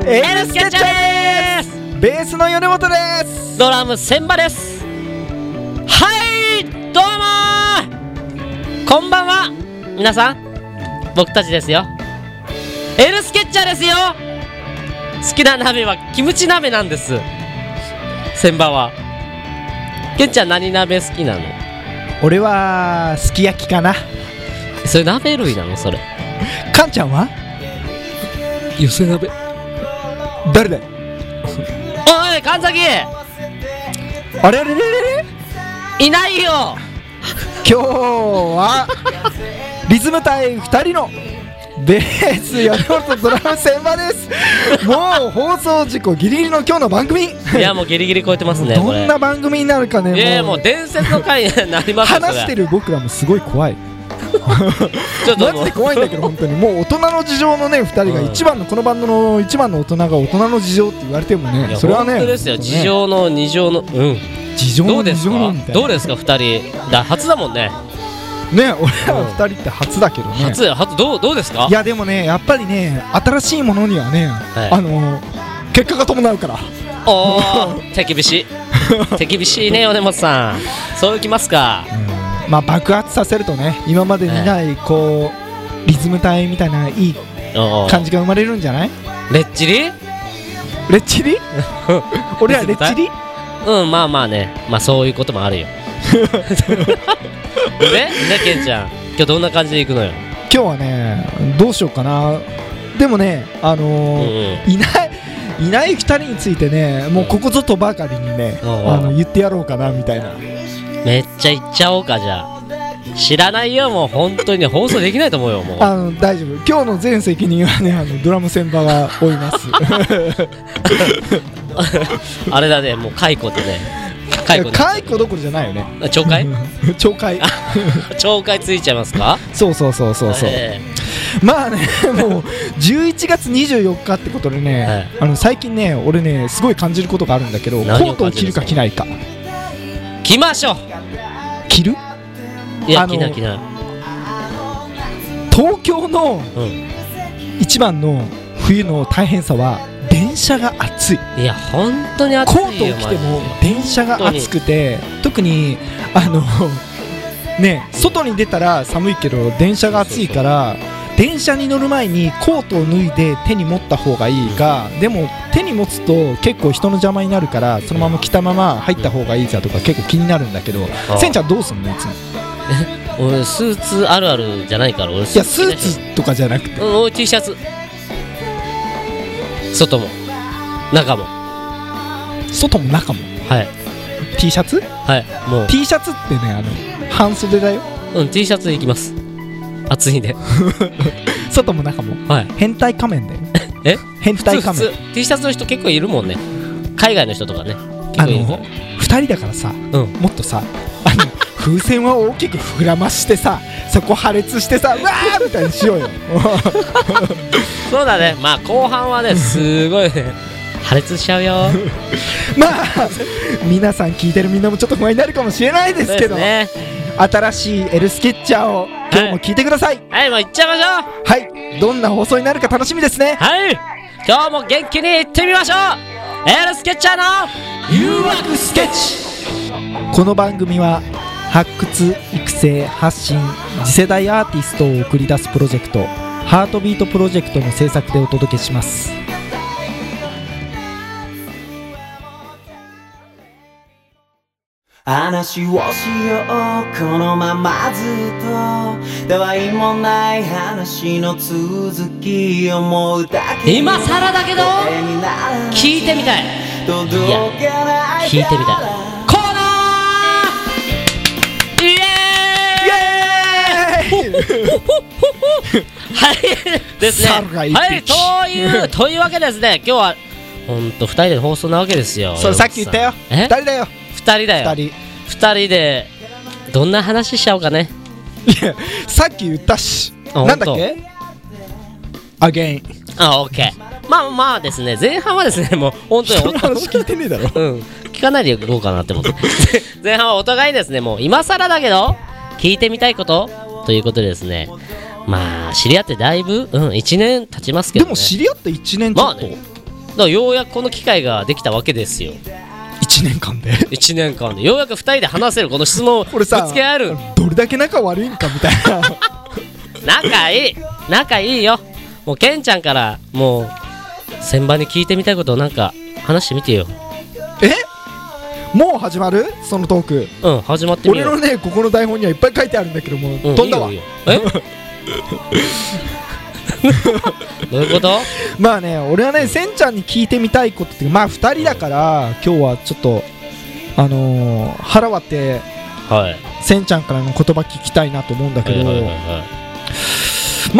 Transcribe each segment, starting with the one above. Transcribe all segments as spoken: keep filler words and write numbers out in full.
エルスケッチャーです。 ベースの米本です。 ドラム千葉です。はいどうもこんばんは皆さん、僕たちですよ。エルスケッチャーですよ。好きな鍋はキムチ鍋なんです。千葉はケンちゃん何鍋好きなの？ 俺はすき焼きかな。 それ鍋類なの？それカンちゃんは寄せ鍋。 誰だよおい神崎、 あれあれれれれいないよ。 今日はリズム隊ふたりのベース米本ドラム千葉です。もう放送事故ギリギリの今日の番組。いやもうギリギリ超えてますね。 どんな番組になるかね。 いやもう伝説の回になりますよ。 話してる僕らもすごい怖い。 ちょっとマジで怖いんだけど本当にもう大人の事情のねふたりが一番のこのバンドの一番の大人が大人の事情って言われてもね、それはね本当ですよ。事情の二乗のうん事情の二乗のみたいな。 どうですかふたりだ初だもんね。 ね、俺らふたりって初だけどね。 初初どうどうですか？ いやでもねやっぱりね新しいものにはね、はい、あのー、結果が伴うから。 おー手厳しい手厳しいね米本さん。そうきますか。 うん、まあ爆発させるとね今までにないこうリズム隊みたいないい感じが生まれるんじゃない？ レッチリ？ レッチリ？俺らレッチリ？ うんまあまあね、まあそういうこともあるよ。でねケンちゃん今日どんな感じで行くのよ。 今日はねどうしようかな。でもねあのーうん、いないいないふたりについてねもうここぞとばかりにね、うん、あの言ってやろうかなみたいな。 めっちゃ言っちゃおうか。じゃあ知らないよもう本当にね放送できないと思うよ。もうあの大丈夫。今日の全責任はねあのドラム千葉が負います。 あれだねもう解雇でね解雇どころじゃないよね。 懲戒懲戒懲戒ついちゃいますか。 そうそうそうそうそう、えー、まあねもうじゅういちがつにじゅうよっかってことでね、はい、あの最近ね俺ねすごい感じることがあるんだけどコートを着るか着ないか。 着ましょう。 着る？ いや着ない着ない。 東京の一番の冬の大変さは電車が暑い。 いや本当に暑いよ。 コートを着ても電車が暑くて特にあのね外に出たら寒いけど電車が暑いから電車に乗る前にコートを脱いで手に持った方がいいか、でも手に持つと結構人の邪魔になるからそのまま着たまま入った方がいいかとか結構気になるんだけど、せんちゃんどうすんのいつも？ 俺スーツあるあるじゃないから。俺いやスーツとかじゃなくて、 うん、T シャツ外も中も外も中もはい T シャツはいもう T シャツってねあの半袖だよ。 うん T シャツでいきます。暑いんで外も中もはい変態仮面だよ。 え変態仮面 T シャツの人結構いるもんね。海外の人とかねあのふたりだからさ、うん、もっとさあの風船は大きく膨らましてさそこ破裂してさうわーみたいにしようよ。 そうだね。まあ後半はねすごいね破裂しちゃうよ。 まあ皆さん聞いてるみんなもちょっと不安になるかもしれないですけど、ね、新しいエルスケッチャーを今日も聞いてください。 はい、はい、もう行っちゃいましょう。 はいどんな放送になるか楽しみですね。 はい今日も元気にいってみましょう。エルスケッチャーの誘惑スケッチ。 この番組は発掘育成発信次世代アーティストを送り出すプロジェクトハートビートプロジェクトの制作でお届けします。 話をしようこのままずっとたわいもない話の続き思うだけ今更だけど聞いてみたい。いや聞いてみたいコーナーイエーイはいですね。はいというというわけですね今日はほんとふたりで放送なわけですよ。 それさっき言ったよ。ふたりだよふたりだよふたりふたりでどんな話しちゃおうかね。 いやさっき言ったしなんだっけアゲイン。 あオッケー。まあまあですね前半はですねもう本当に人の話聞いてねえだろ。 うん聞かないでいこうかなって思って前半はお互いですねもう今更だけど聞いてみたいことということでですねまあ知り合ってだいぶうんいちねん経ちますけどね。 でも知り合っていちねんちょっと、まあね、 からようやくこの機会ができたわけですよ。 いちねんかんでいちねんかんでようやくふたりで話せるこの質問をぶつこれさけ合える。 どれだけ仲悪いんかみたいな仲いい仲いいよ。もうケンちゃんからもう先輩に聞いてみたいことをなんか話してみてよ。 えもう始まるそのトーク。 うん始まってみよう。 俺のねここの台本にはいっぱい書いてあるんだけども、 うん、 飛んだわ。 いいよいいよえどういうこと？ まあね俺はねせんちゃんに聞いてみたいことってまあふたりだから今日はちょっとあのー、腹割ってはいせんちゃんからの言葉聞きたいなと思うんだけど、 はいはいはいはい、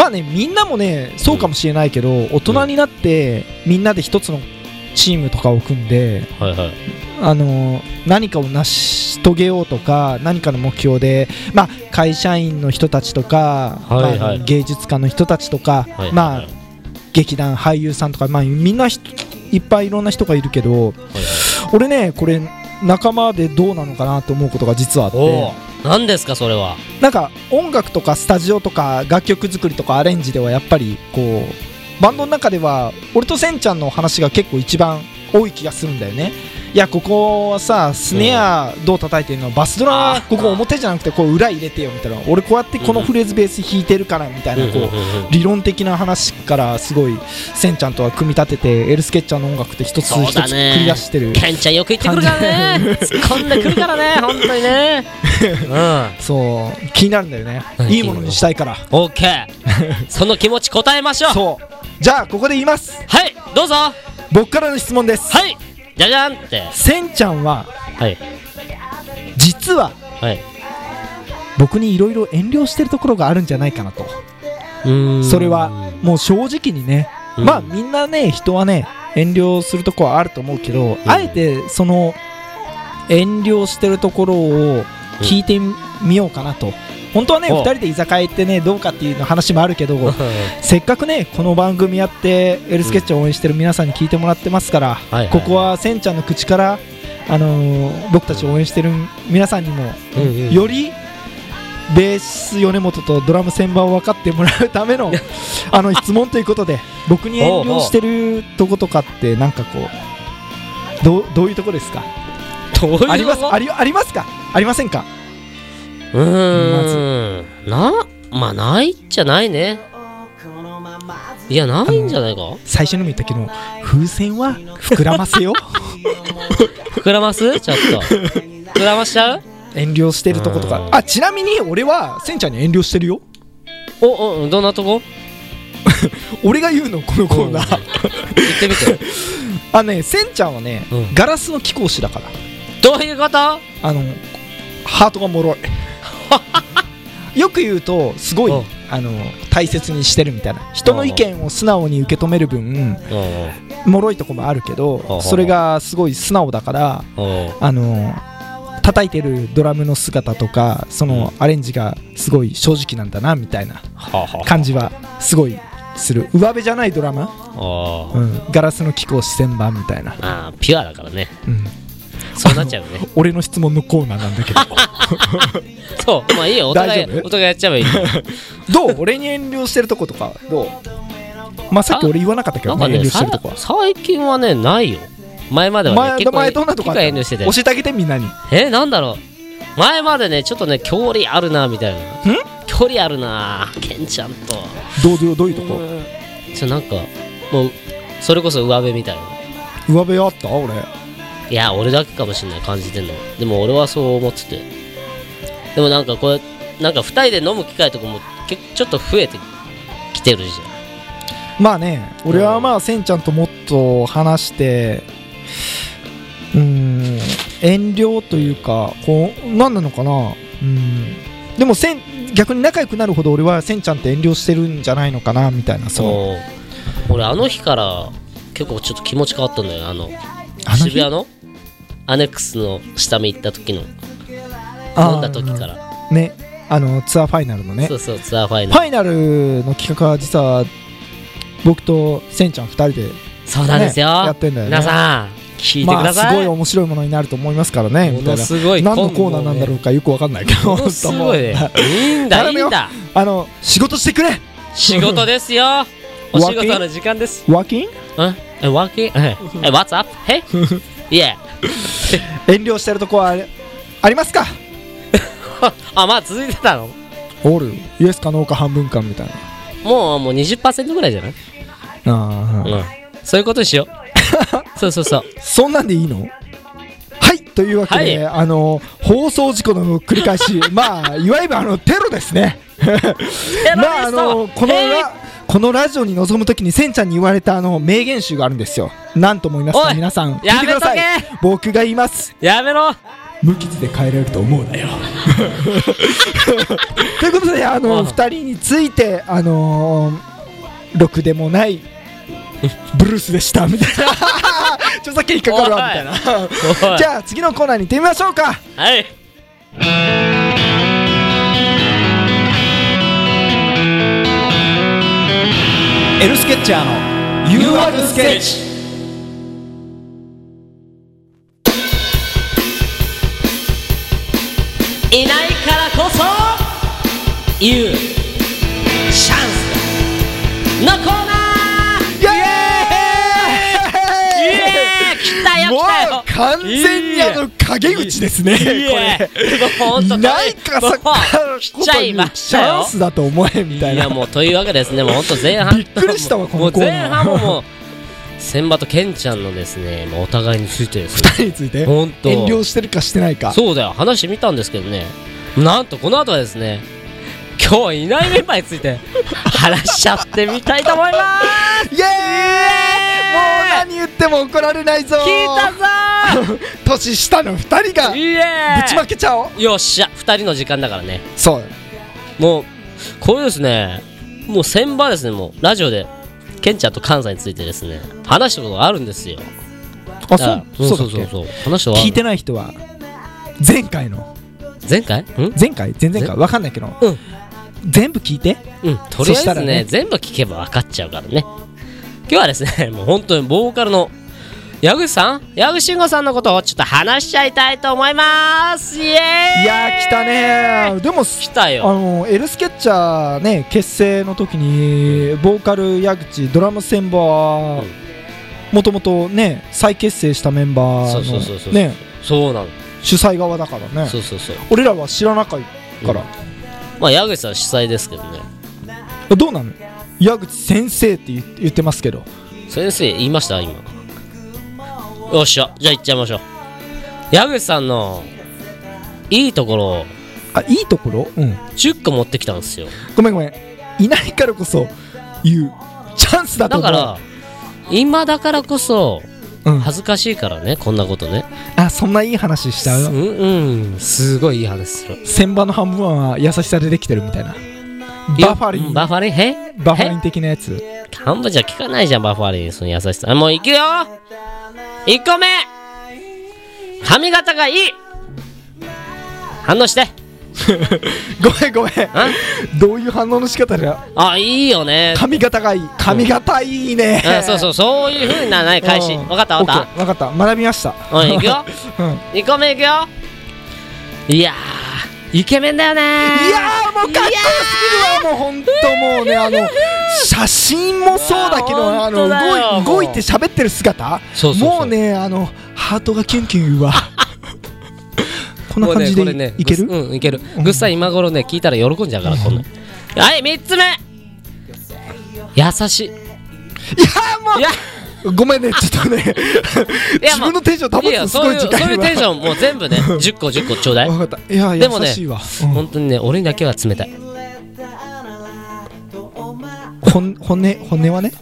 まあねみんなもねそうかもしれないけど、うん、大人になってみんなで一つのチームとかを組んで、 はいはい、 あのー、何かを成し遂げようとか何かの目標で、まあ、会社員の人たちとか、 はいはいまあ、芸術家の人たちとか、 はいはい、 まあ、劇団俳優さんとか、まあ、みんないっぱいいろんな人がいるけど、はいはい、俺ねこれ仲間でどうなのかなと思うことが実はあって。 何ですかそれは。 なんか音楽とかスタジオとか楽曲作りとかアレンジではやっぱりこうバンドの中では俺とせんちゃんの話が結構一番多い気がするんだよね。いやここはさスネアどう叩いてるの、バスドラここ表じゃなくてこう裏入れてよみたいな、俺こうやってこのフレーズベース弾いてるからみたいなこう理論的な話からすごいせんちゃんとは組み立ててエルスケッチャーの音楽って一つ一つ繰り出してる。 ケンちゃんよく言ってくるからね突っ込んでくるからね本当にねうんそう気になるんだよね。いいものにしたいから。 オッケーその気持ち答えましょう。 そうじゃあここで言います。 はいどうぞ。 僕からの質問です。 はいじゃじゃんって。 せんちゃんは、 はい、 実は、 はい、 僕にいろいろ遠慮してるところがあるんじゃないかなと。 うーんそれはもう正直にね、 うん、 まあみんなね人はね遠慮するところはあると思うけど、うん、あえてその遠慮してるところを聞いてみようかなと。本当はねふたりで居酒屋行ってねどうかっていうの話もあるけどせっかくねこの番組やってエルスケッチを応援してる皆さんに聞いてもらってますから、うん、ここはせんちゃんの口から、あのー、僕たちを応援してる皆さんにも、うんうん、よりベース米本とドラム千葉を分かってもらうためのあの質問ということで僕に遠慮してるとことかってなんかこう ど, どういうとこですか？ どういうとこありますありありますかありませんか？ うーんなまあないっちゃないね。いやないんじゃないか。 最初にも言ったけど風船は膨らますよ膨らますちょっと膨らましちゃう。 遠慮してるとことか。あちなみに俺はせんちゃんに遠慮してるよ。 おおどんなとこ俺が言うのこのコーナー言ってみてあのねせんちゃんはね、うん、ガラスの貴公子だから。 どういうこと？あのハートが脆いよく言うとすごいあの大切にしてるみたいな。人の意見を素直に受け止める分脆いとこもあるけどそれがすごい素直だからあの叩いてるドラムの姿とかそのアレンジがすごい正直なんだなみたいな感じはすごいする。上辺じゃないドラム、うん、ガラスの貴公子旋盤みたいな。 あピュアだからね、 うん、 そうなっちゃうね俺の質問のコーナーなんだけどそうまあいいよお互いお互いやっちゃえばいいどう俺に遠慮してるとことかどう？まあさっき俺言わなかったけど、ね、遠慮してるとこは最近はねないよ。前まではね前結構前どんなとこあった？ 遠慮してて教えてあげてみんなに。 えなんだろう前までねちょっとね距離あるなみたいな。 ん距離あるなケンちゃんと。 どうどうどういうとこ？ ちょなんかもうそれこそ上辺みたいな。 上辺あった俺。 いや俺だけかもしんない感じてんの。でも俺はそう思ってて。でもなんかこれなんかふたりで飲む機会とかもちょっと増えてきてるじゃん。まあね俺はまあせんちゃんともっと話してうーん遠慮というかこう何なのかな。うんでもせん逆に仲良くなるほど俺はせんちゃんって遠慮してるんじゃないのかなみたいな。そう俺あの日から結構ちょっと気持ち変わったんだよ。あの渋谷のアネックスの下見行った時の飲んだ時からねあのツアーファイナルのね。 そうそうツアーファイナルファイナルの企画は実は僕とせんちゃんふたりで、ね、 そうなんですよやってんだよね。 皆さん聞いてください、 まあ、すごい面白いものになると思いますからね。 ものすごい何のコーナーなんだろうかよくわかんないけどものすごい、ね、いいんだいいんだあの仕事してくれ。 仕事ですよお仕事の時間です。 ワーキングえ、working? え、what's up? え Yeah 遠慮してるとこはありありますか？ あ、まあ続いてたの？ おるイエスかノーか半分かみたいな。 もうもう にじゅっパーセント ぐらいじゃない？ ああ、 うん、そういうことにしよう。そうそうそう。 そんなんでいいの？はいというわけで、はい、あの放送事故の繰り返しまあいわゆるあのテロですね。まああのこのラこのラジオに臨むときにせんちゃんに言われたあの名言集があるんですよ。なんと思いますか皆さん、聞いてください。僕が言います。 やめろ。 無傷で帰れると思うなよ。ということであのふたりについてあのー、ろくでもないブルースでしたみたいな。著作権引っかかるわみたいな。じゃあ次のコーナーに行ってみましょうか。 はい。 エルスケッチャーの ユーアール スケッチ。 いないからこそ言うチャンスのコーナー。 イエーイ、 イエーイ、来たよ来たよ。 もう完全にあの陰口ですね。これいないからさ来ちゃいましたよ。 チャンスだと思えみたいな。 いやもうというわけですね。もう本当前半びっくりしたわこのコーナー。 もう前半ももう千葉とケンちゃんのですね、もうお互いについてですね、 ふたりについて本当遠慮してるかしてないか。 そうだよ、話してみたんですけどね、なんとこの後はですね、今日いないメンバーについて話しちゃってみたいと思います。 イエーイ、もう何言っても怒られないぞ。 聞いたぞー。 年下のふたりがぶイエーイ、 ちまけちゃおう。 よっしゃ、ふたりの時間だからね。 そうもうこれですね、もう千葉ですね、もうラジオでケンちゃんと関西についてですね話したことがあるんですよ。 あ、そうそうそうそうそう、話したこと聞いてない人は前回の前回ん前回前々回わかんないけど、うん、全部聞いて。 うん、とりあえず ね, ね全部聞けば分かっちゃうからね。今日はですね、もう本当にボーカルの矢口さん、矢口慎吾さんのことをちょっと話しちゃいたいと思います。イエーイ。 いやー来たねー。でも来たよ。 あのエルスケッチャーね結成の時にボーカル矢口、ドラム千葉、もともとね再結成したメンバーのね、 そうなの、 主催側だからね。 そうそうそう、 俺らは知らなかったから、うん、まあ矢口さん主催ですけどね。 どうなの、矢口先生って言ってますけど。 先生言いました今。よっしゃ、じゃあ行っちゃいましょう。矢口さんのいいところを、 あ、いいところ、うん、 じゅっこ持ってきたんですよ。 ごめんごめん、いないからこそ言うチャンスだと思う。 だから今だからこそ恥ずかしいからね、うん、こんなことね。 あ、そんないい話しちゃう。 うんうん、すごいいい話する。 千葉の半分は優しさでできてるみたいな。バファリン、 バファリン、へバファリン的なやつ。 半分じゃ聞かないじゃん、バファリン、その優しさ。もういくよ。いっこめ、髪型がいい。反応して。 ごめんごめん、どういう反応の仕方だ。 あ、いいよね、 髪型がいい。髪型いいね、 うん、そうそう、そういう風なない返し。分かった分かった分かった、学びました。 うん、いくよ、うん、いっこめいくよ。いやーイケメンだよねー。いやーもうかっこよすぎるわ。もうほんともうね、あの写真もそうだけど、あの動い動いて喋ってる姿、そうそうそう、もうね、あのハートがキュンキュン言うわ。こんな感じで、ねね、いける？ うん、いける。ぐっさん今頃ね聞いたら喜んじゃうから、こんな。はい、みっつめ、優しい。いやもう、いやごめんね、ちょっとね自分のテンション保つのすごい時間。 そういうテンションもう全部ねじゅっこじゅっこちょうだい。 分かった。いやでもね、 優しいわ、 うん、本当にね俺にだけは冷たい。 本音本音はね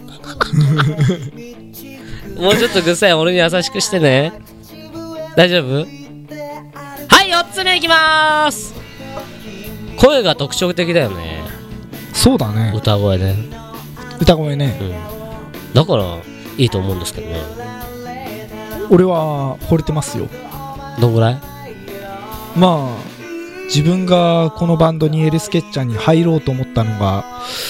もうちょっとぐっさい俺に優しくしてね。大丈夫？はい、よっつめいきまーす。声が特徴的だよね。 そうだね、 歌声で。 歌声ね、 うん、だからいいと思うんですけどね。 俺は惚れてますよ。 どんぐらい？ まあ自分がこのバンドにエルスケッチャーに入ろうと思ったのが、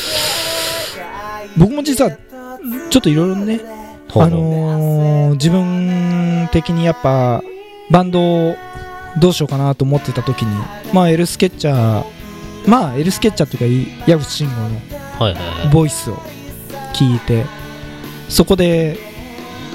僕も実はちょっといろいろね、あのー、自分的にやっぱバンドをどうしようかなと思ってた時に、まあエルスケッチャー、まあエルスケッチャーっていうか矢口慎吾のボイスを聞いて、そこで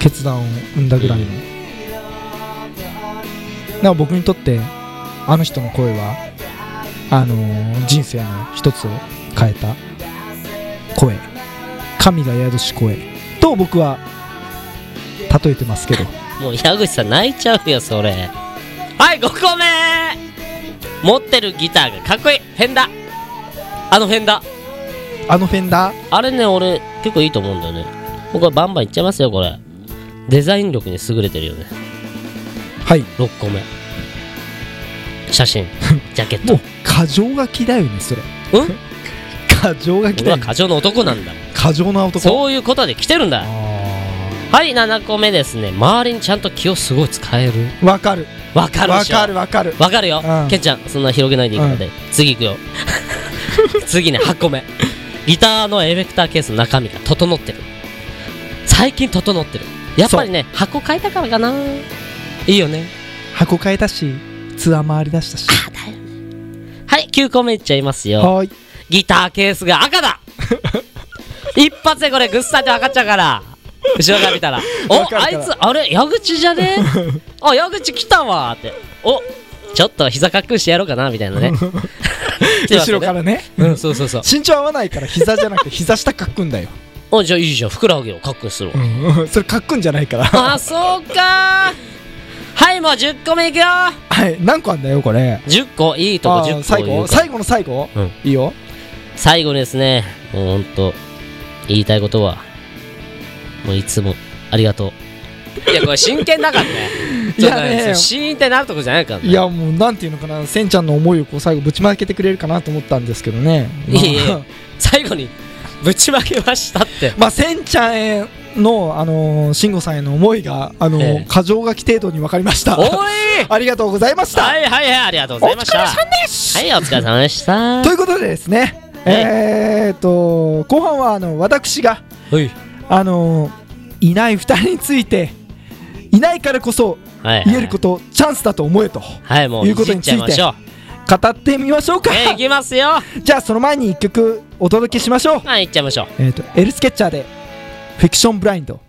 決断を生んだぐらいの、うん、だから僕にとってあの人の声はあのー、人生の一つを変えた声、神が宿し声と僕は例えてますけどもう矢口さん泣いちゃうよそれ。はいごこめ持ってるギターがかっこいい。フェンダー、あのフェンダーあのフェンダーあれね俺結構いいと思うんだよね。僕はバンバンいっちゃいますよ。これデザイン力に優れてるよね。 はいろっこめ写真ジャケットもう過剰書きだよねそれ。 うん過剰書きだよ、ね、 俺は過剰な男なんだ。 過剰な男、 そういうことで来てるんだ。はいななこめですね。周りにちゃんと気をすごい使える。 わかるわかるでしょ。 わかるわかるわかるよ、 うん、 ケンちゃんそんな広げないでいいからね、うん、次いくよ次ねはちこめギターのエフェクターケースの中身が整ってる。最近整ってる。やっぱりね箱変えたからかな。いいよね箱変えたしツアー回り出したし。 あだよね。はいきゅうこめいっちゃいますよ。 はいギターケースが赤だ一発でこれぐっさりと赤っちゃうから後ろから見たらおあいつあれ矢口じゃねあ矢口来たわーっておちょっと膝かっくんしてやろうかなみたいなね後ろからね、 うん、そうそうそう身長合わないから膝じゃなくて膝下かっくんだよ。 おじゃあいいじゃんふくらはぎをかっくんするわ、 うん、それかっくんじゃないからあそうかはいもうじゅっこめいくよ。 はい何個あんだよこれ。じゅっこいいとこじゅっこ最後最後の最後、うん、いいよ。 最後ですねもうほんと言いたいことはもういつもありがとう。いやこれ真剣だからねいやねシーンってなるとこじゃないからね。 いやもうなんていうのかなせんちゃんの思いをこう最後ぶちまけてくれるかなと思ったんですけどね、 まあ、いやいや最後にぶちまけましたってまあせんちゃんへのあのー、慎吾さんへの思いがあのーええ、過剰書き程度に分かりました。 おいありがとうございました。 はいはいはいありがとうございました。 お疲れ様です。 はいお疲れ様でしたということでですね、えーっと後半はあの私があのー、いないふたりについていないからこそ言えること、はいはいはい、チャンスだと思えと、はい、もういうことについて語ってみましょうか。 えー、いきますよ。 じゃあその前にいっきょくお届けしましょう。 はい、いっちゃいましょう。 えーとエルスケッチャーでフィクションブラインド。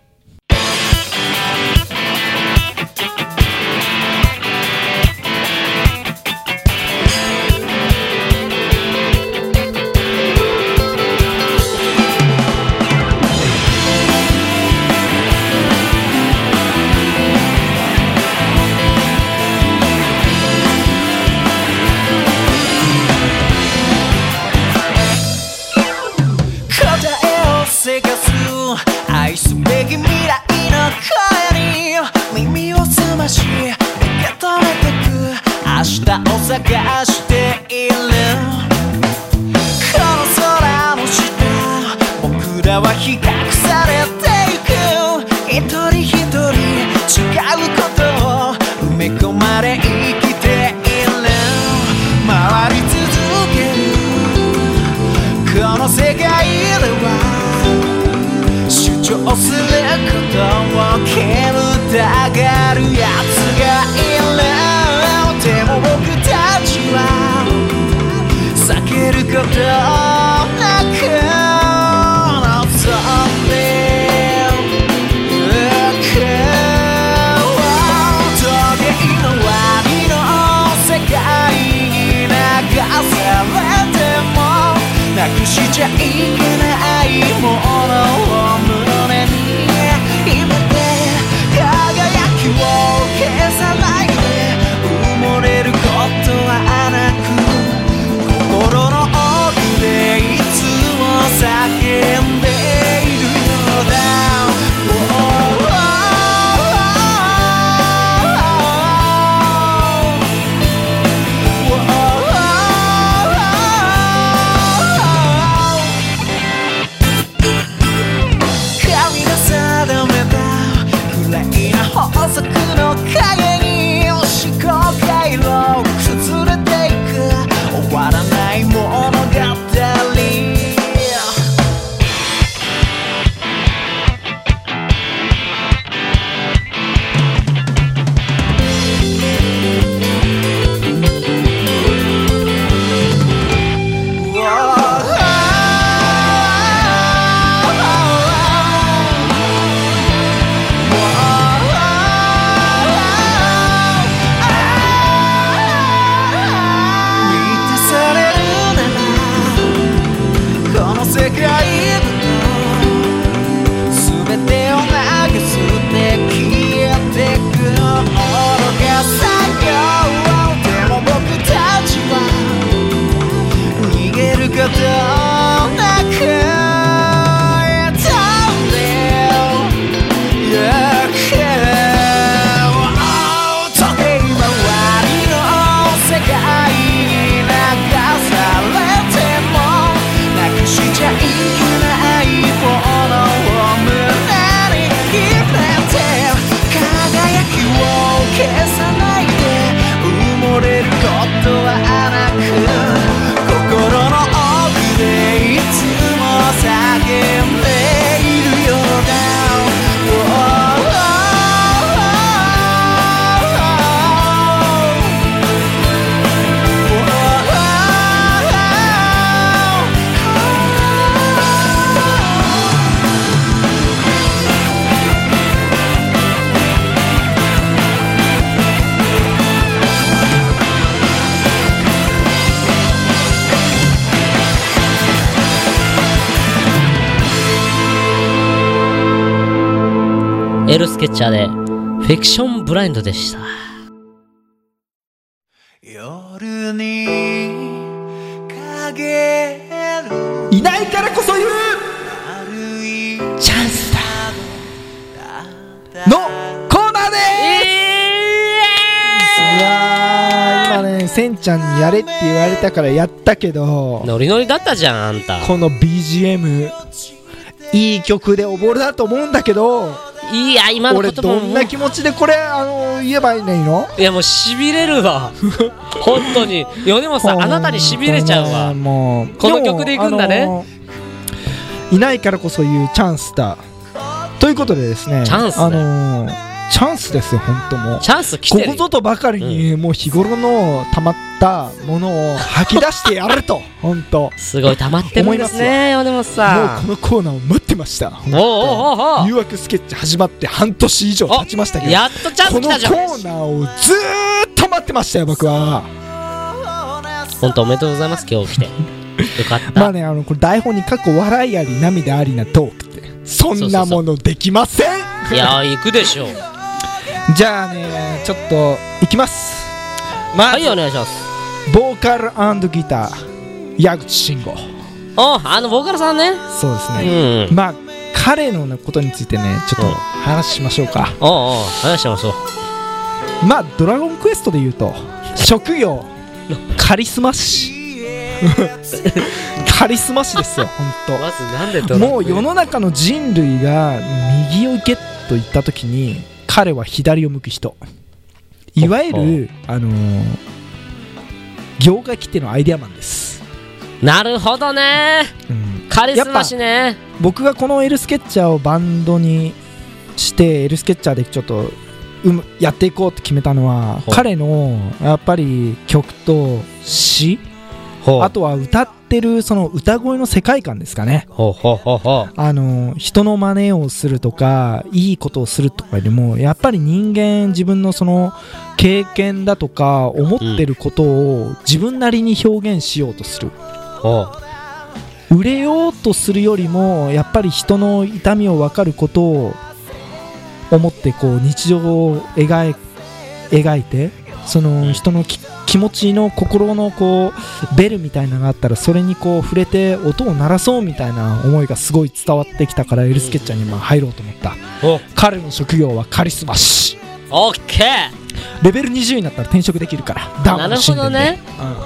愛すべき未来の声に耳を澄まし受け止めてく明日を探している。この空の下僕らは比較されていく。一人一人違うことを埋め込まれ生きている。回り続けるこの世界では主張することを煙たがるやつがいる。でも僕たちは避けることなく望んでゆく。時計の輪の世界に流されてもなくしちゃいけないものを胸に秘めて輝きを消さないで埋もれることはなく心の奥でいつも叫んでいるのだ。 ケッチャーでフィクションブラインドでした。 夜に影いないからこそ言うチャンスだのコーナーでーす。いやー今ねせんちゃんにやれって言われたからやったけど、 ノリノリだったじゃんあんた。 この ビージーエム いい曲で溺れだと思うんだけど、 いや今の俺言葉もどんな気持ちでこれあの言えばいいのいいの？ いやもうしびれるわ本当に米本さんあなたにしびれちゃうわ。 もうこの曲でいくんだね。 あのいないからこそ言うチャンスだということでですね、 チャンスだよあのチャンスですよ本当もうチャンス来てるここぞとばかりに、もう日頃の溜まったものを吐き出してやると本当すごい溜まってるんですね米本もうさん。 このコーナーを待ってました。本当おうおうおうおう誘惑スケッチ始まって半年以上経ちましたけど、 やっとチャンスこの来たじゃん。 コーナーをずーっと待ってましたよ僕は。 本当おめでとうございます今日来てよかった。 まあね、あのこれ台本に過去笑いあり涙ありなトークってそんなものできません。 いやー行くでしょう。 じゃあねちょっといきます。まはいずお願いします。 ボーカル&ギター矢口慎吾。 おあのボーカルさんね。 そうですうね、 んまあ彼のことについてねちょっと話しましょうか。 おうおう話しましょう。 まあドラゴンクエストで言うと職業カリスマ師カリスマ師ですよ本まずなんで当。もう世の中の人類が右を行けと言った時に彼は左を向く人、いわゆるあのー、業界きってのアイデアマンです、 なるほどね。 うん、 カリスマしね。 僕がこのエルスケッチャーをバンドにしてエルスケッチャーでちょっとうむやっていこうって決めたのはほう彼のやっぱり曲と詩、 ほうあとは歌ってるその歌声の世界観ですかね。 ほうほうほうほう。 あの人の真似をするとかいいことをするとかよりもやっぱり人間自分のその経験だとか思ってることを自分なりに表現しようとする、 ほ売れようとするよりもやっぱり人の痛みを分かることを思ってこう日常を描い、描いてその人のき気持ちの心のこうベルみたいなのがあったらそれにこう触れて音を鳴らそうみたいな思いがすごい伝わってきたからエルスケッチャーにまあ入ろうと思った。 う。 彼の職業はカリスマ師。 オッケレベルにじゅうになったら転職できるからダウンなるほの神殿で、 どね。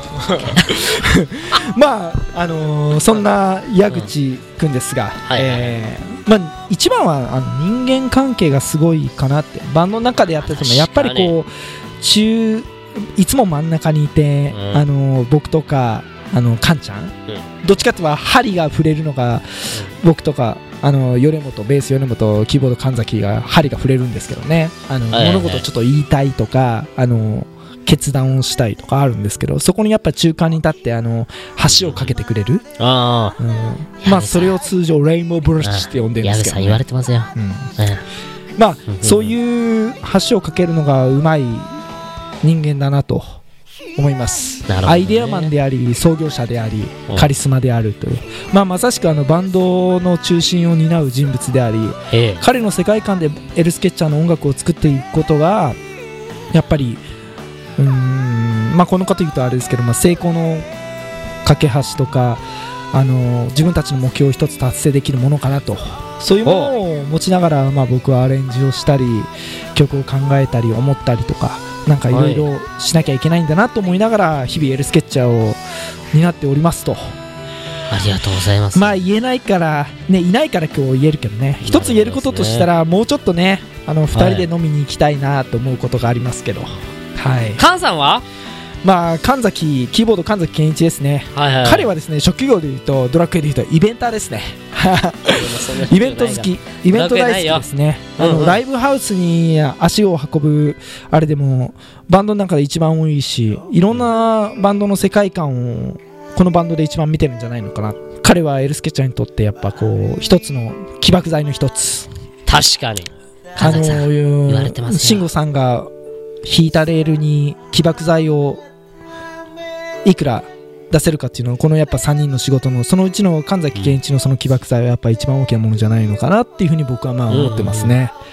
うんまああのーそんな矢口くんですが、 はいはいえーまあ、一番はあの人間関係がすごいかなってバンドの中でやっててもやっぱりこう中いつも真ん中にいて、 うんあのー僕とかあのカンちゃん、 うんどっちかっていうと針が触れるのが僕とかあの米本ベース米本キーボード神崎が針が触れるんですけどね、あの、 はいはいはい物事をちょっと言いたいとかあの決断をしたいとかあるんですけどそこにやっぱ中間に立ってあの橋を架けてくれる、 ああ。 うん、まあそれを通常レインボーブラッシュって呼んでるんですけど、ね、 矢部さん言われてますよ。 うんうんまあうんそういう橋を架けるのがうまい人間だなと思います、 なるほどねアイデアマンであり創業者でありうんカリスマであるという、まあ、まさしくあのバンドの中心を担う人物でありええ。 彼の世界観でエルスケッチャーの音楽を作っていくことがやっぱりうーんまあこの方言うとあれですけど、まあ、成功の架け橋とかあの自分たちの目標を一つ達成できるものかなとそういうものを持ちながら、まあ、僕はアレンジをしたり曲を考えたり思ったりとかなんかいろいろしなきゃいけないんだなと思いながら日々エルスケッチャーを担っておりますと。 ありがとうございます。 まあ言えないからねいないから今日言えるけどね一つ言えることとしたらもうちょっとねあのふたりで飲みに行きたいなと思うことがありますけど、はい、 菅さんは？ まあ神崎キーボード神崎健一ですね、 はいはいはい。 彼はですね職業でいうとドラクエでいうとイベンターですねイベント好きイベント大好きですねあの、 うんうんライブハウスに足を運ぶあれでもバンドの中で一番多いしいろんなバンドの世界観をこのバンドで一番見てるんじゃないのかな。彼はエルスケッチャーにとってやっぱこう一つの起爆剤の一つ。 確かに。 あの神崎さん言われてますよ。 慎吾さんが引いたレールに起爆剤をいくら出せるかっていうのはこのやっぱさんにんの仕事のそのうちの神崎健一のその起爆剤はやっぱ一番大きなものじゃないのかなっていうふうに僕はまあ思ってますね。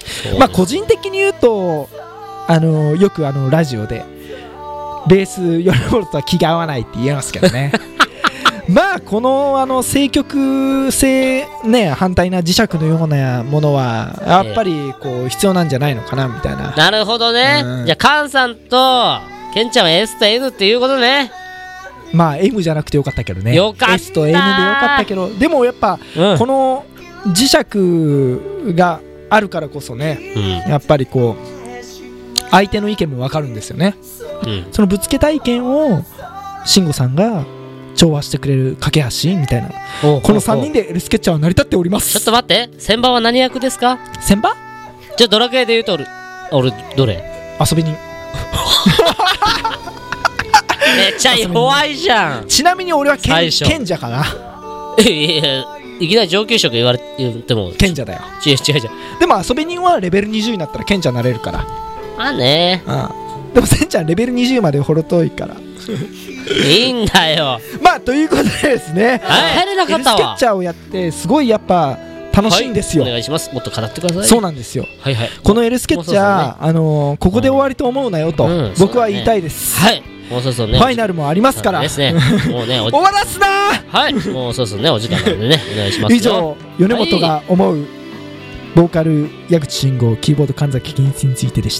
まあ個人的に言うとあのよくあのラジオでベースヨルボルとは気が合わないって言えますけどねまあこのあの正極性ね反対な磁石のようなものはやっぱりこう必要なんじゃないのかなみたいな。 なるほどね、うん、じゃあカンさんとケンちゃんは S と N っていうことね。 まあ M じゃなくてよかったけどね。 よかった S と N でよかったけど、でもやっぱ、うん、この磁石があるからこそね、うん、やっぱりこう相手の意見も分かるんですよね、うん、そのぶつけた意見を慎吾さんが調和してくれる架け橋みたいな、このさんにんでエルスケッチャーは成り立っております。 ちょっと待って、千葉は何役ですか？ 千葉？ じゃあドラクエで言うと俺、俺どれ？遊び人めっちゃ弱いじゃん。 ちなみに俺は賢者かな。 いやいやいきなり上級職言われても賢者だよ。 違う違う違う。 でも遊び人はレベルにじゅうになったら賢者になれるから。 あね、 うん、でもせんちゃんレベルにじゅうまでほど遠いからいいんだよ。 まあということでですね、 入れなかったわ。 エルスケッチャーをやってすごいやっぱ楽しいんですよ、 はい、お願いします。もっと語ってください。 そうなんですよ、はいはい、このエルスケッチャー、ね、あのー、ここで終わりと思うなよと、うん、僕は言いたいです、 うん、はいもうそうそうね、 ファイナルもありますからですね、もうね終わらすなはいもうそうそうねお時間なのでねお願いしますよ。 以上米本が思う、はい、ボーカル矢口慎吾、キーボード神崎健一についてでした。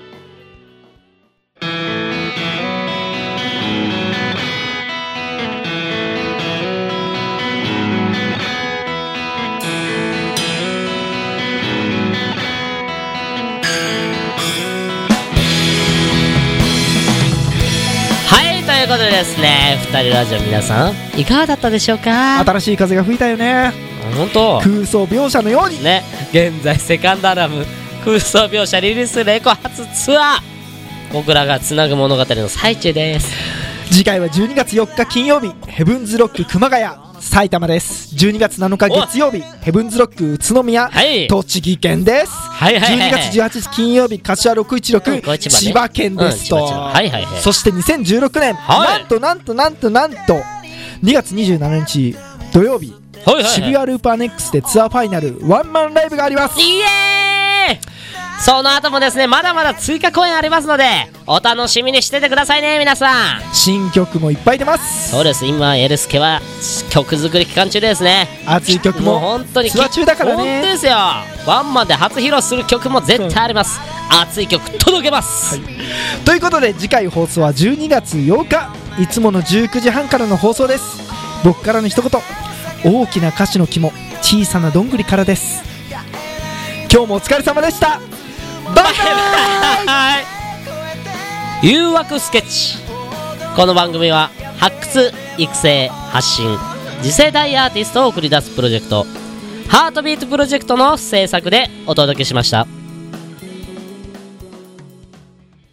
ということでですね、ふたりラジオ皆さんいかがだったでしょうか。 新しい風が吹いたよね。 本当空想描写のようにね。現在セカンドアルバム空想描写リリースレコ発ツアー、僕らがつなぐ物語の最中です。 次回はじゅうにがつよっか金曜日、ヘブンズロック熊谷埼玉です。じゅうにがつなのか月曜日、ヘブンズロック宇都宮、はい、栃木県です。はいはいはいはい、じゅうにがつじゅうはちにち金曜日、柏ろくいちろく、うん、千葉県ですと、うんはいはいはい、そしてにせんじゅうろくねん、はい、なんとなんとなんとなんとにがつにじゅうしちにち土曜日、はいはいはい、渋谷ループアネックスでツアーファイナルワンマンライブがあります。 イエーイ。その後もですねまだまだ追加公演ありますのでお楽しみにしててくださいね皆さん。 新曲もいっぱい出ます。 そうです、今エルスケは曲作り期間中ですね。 熱い曲ももう本当にツアー中だからね。 本当ですよ、ワンマンで初披露する曲も絶対あります、うん、熱い曲届けます、はい、 ということで次回放送はじゅうにがつようか、いつものじゅうくじはんからの放送です。僕からの一言、大きな歌詞の肝、小さなどんぐりからです。今日もお疲れ様でした。バイバイ誘惑スケッチ。この番組は発掘育成発信次世代アーティストを送り出すプロジェクトハートビートプロジェクトの制作でお届けしました。